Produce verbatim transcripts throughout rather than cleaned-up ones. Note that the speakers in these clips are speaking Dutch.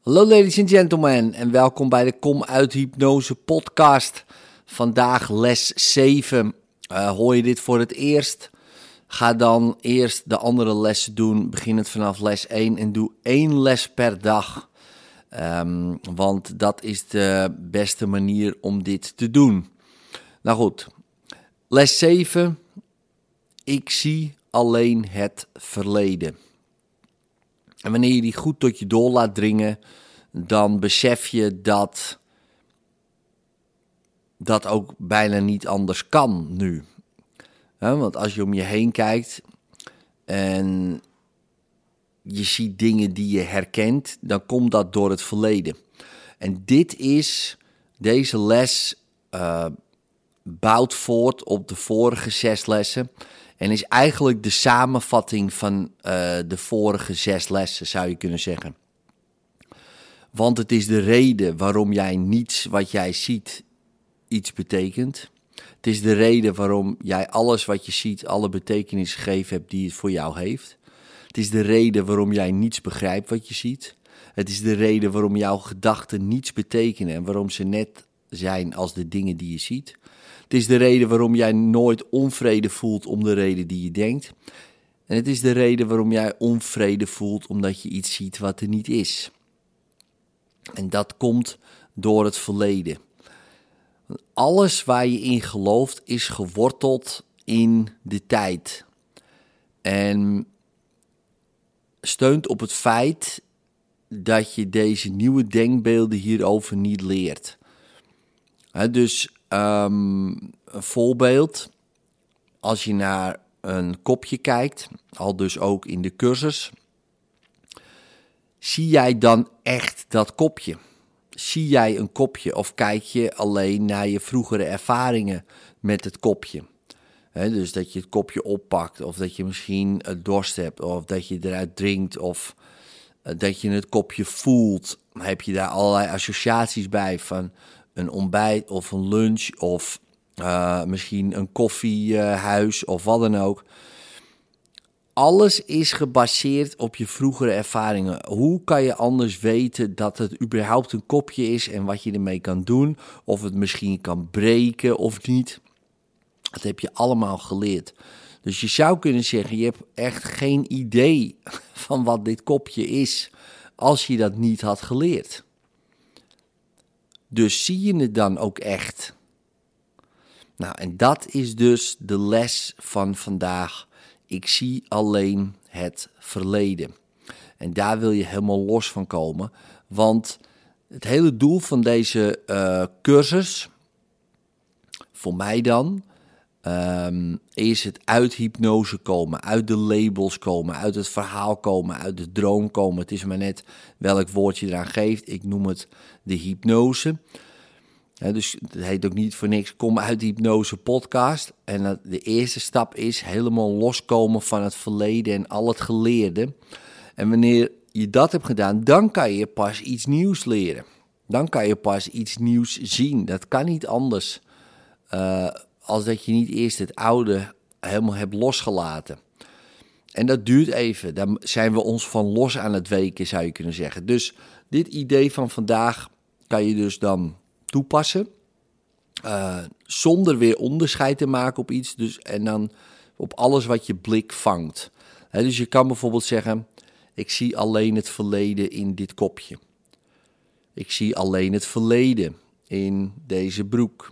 Hallo ladies and gentlemen en welkom bij de Kom uit Hypnose podcast. Vandaag les zeven. Uh, hoor je dit voor het eerst? Ga dan eerst de andere lessen doen, beginnend vanaf les één en doe één les per dag. Um, want dat is de beste manier om dit te doen. Nou goed, les zeven. Ik zie alleen het verleden. En wanneer je die goed tot je door laat dringen, dan besef je dat dat ook bijna niet anders kan nu. Ja, want als je om je heen kijkt en je ziet dingen die je herkent, dan komt dat door het verleden. En dit is, deze les uh, bouwt voort op de vorige zes lessen. En is eigenlijk de samenvatting van uh, de vorige zes lessen, zou je kunnen zeggen. Want het is de reden waarom jij niets wat jij ziet iets betekent. Het is de reden waarom jij alles wat je ziet alle betekenis gegeven hebt die het voor jou heeft. Het is de reden waarom jij niets begrijpt wat je ziet. Het is de reden waarom jouw gedachten niets betekenen en waarom ze net zijn als de dingen die je ziet. Het is de reden waarom jij nooit onvrede voelt om de reden die je denkt. En het is de reden waarom jij onvrede voelt omdat je iets ziet wat er niet is. En dat komt door het verleden. Alles waar je in gelooft is geworteld in de tijd. En steunt op het feit dat je deze nieuwe denkbeelden hierover niet leert. He, dus um, een voorbeeld, als je naar een kopje kijkt, al dus ook in de cursus, zie jij dan echt dat kopje? Zie jij een kopje of kijk je alleen naar je vroegere ervaringen met het kopje? He, dus dat je het kopje oppakt of dat je misschien dorst hebt of dat je eruit drinkt of uh, dat je het kopje voelt. Heb je daar allerlei associaties bij van een ontbijt of een lunch of uh, misschien een koffiehuis uh, of wat dan ook. Alles is gebaseerd op je vroegere ervaringen. Hoe kan je anders weten dat het überhaupt een kopje is en wat je ermee kan doen? Of het misschien kan breken of niet? Dat heb je allemaal geleerd. Dus je zou kunnen zeggen, je hebt echt geen idee van wat dit kopje is als je dat niet had geleerd. Dus zie je het dan ook echt? Nou, en dat is dus de les van vandaag. Ik zie alleen het verleden. En daar wil je helemaal los van komen. Want het hele doel van deze uh, cursus, voor mij dan, um, is het uit hypnose komen, uit de labels komen, uit het verhaal komen, uit de droom komen. Het is maar net welk woord je eraan geeft. Ik noem het de hypnose. Ja, dus het heet ook niet voor niks Kom uit Hypnose podcast. En dat de eerste stap is helemaal loskomen van het verleden en al het geleerde. En wanneer je dat hebt gedaan, dan kan je pas iets nieuws leren. Dan kan je pas iets nieuws zien. Dat kan niet anders uh, als dat je niet eerst het oude helemaal hebt losgelaten. En dat duurt even. Daar zijn we ons van los aan het weken, zou je kunnen zeggen. Dus dit idee van vandaag kan je dus dan toepassen, uh, zonder weer onderscheid te maken op iets, dus, en dan op alles wat je blik vangt. He, dus je kan bijvoorbeeld zeggen, ik zie alleen het verleden in dit kopje. Ik zie alleen het verleden in deze broek.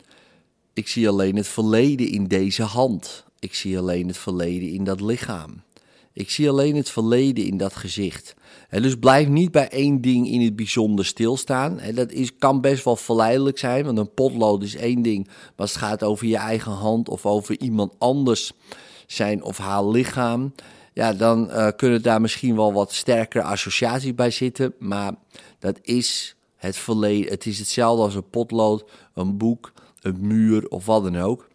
Ik zie alleen het verleden in deze hand. Ik zie alleen het verleden in dat lichaam. Ik zie alleen het verleden in dat gezicht. En dus blijf niet bij één ding in het bijzonder stilstaan. En dat is, kan best wel verleidelijk zijn, want een potlood is één ding. Maar als het gaat over je eigen hand of over iemand anders zijn of haar lichaam, ja, dan uh, kunnen daar misschien wel wat sterkere associaties bij zitten. Maar dat is het verleden. Het is hetzelfde als een potlood, een boek, een muur of wat dan ook.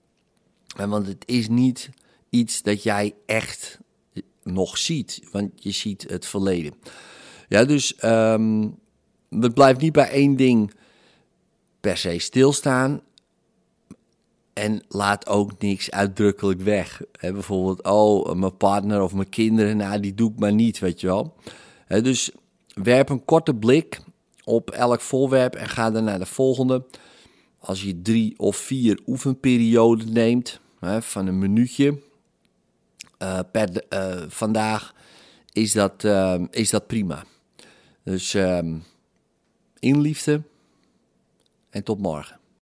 En want het is niet iets dat jij echt nog ziet, want je ziet het verleden. Ja, dus um, het blijft niet bij één ding per se stilstaan en laat ook niks uitdrukkelijk weg. He, bijvoorbeeld, oh, mijn partner of mijn kinderen, nou, die doe ik maar niet, weet je wel. He, dus werp een korte blik op elk voorwerp en ga dan naar de volgende. Als je drie of vier oefenperioden neemt, hè, van een minuutje uh, per de, uh, vandaag, is dat, uh, is dat prima. Dus um, in liefde en tot morgen.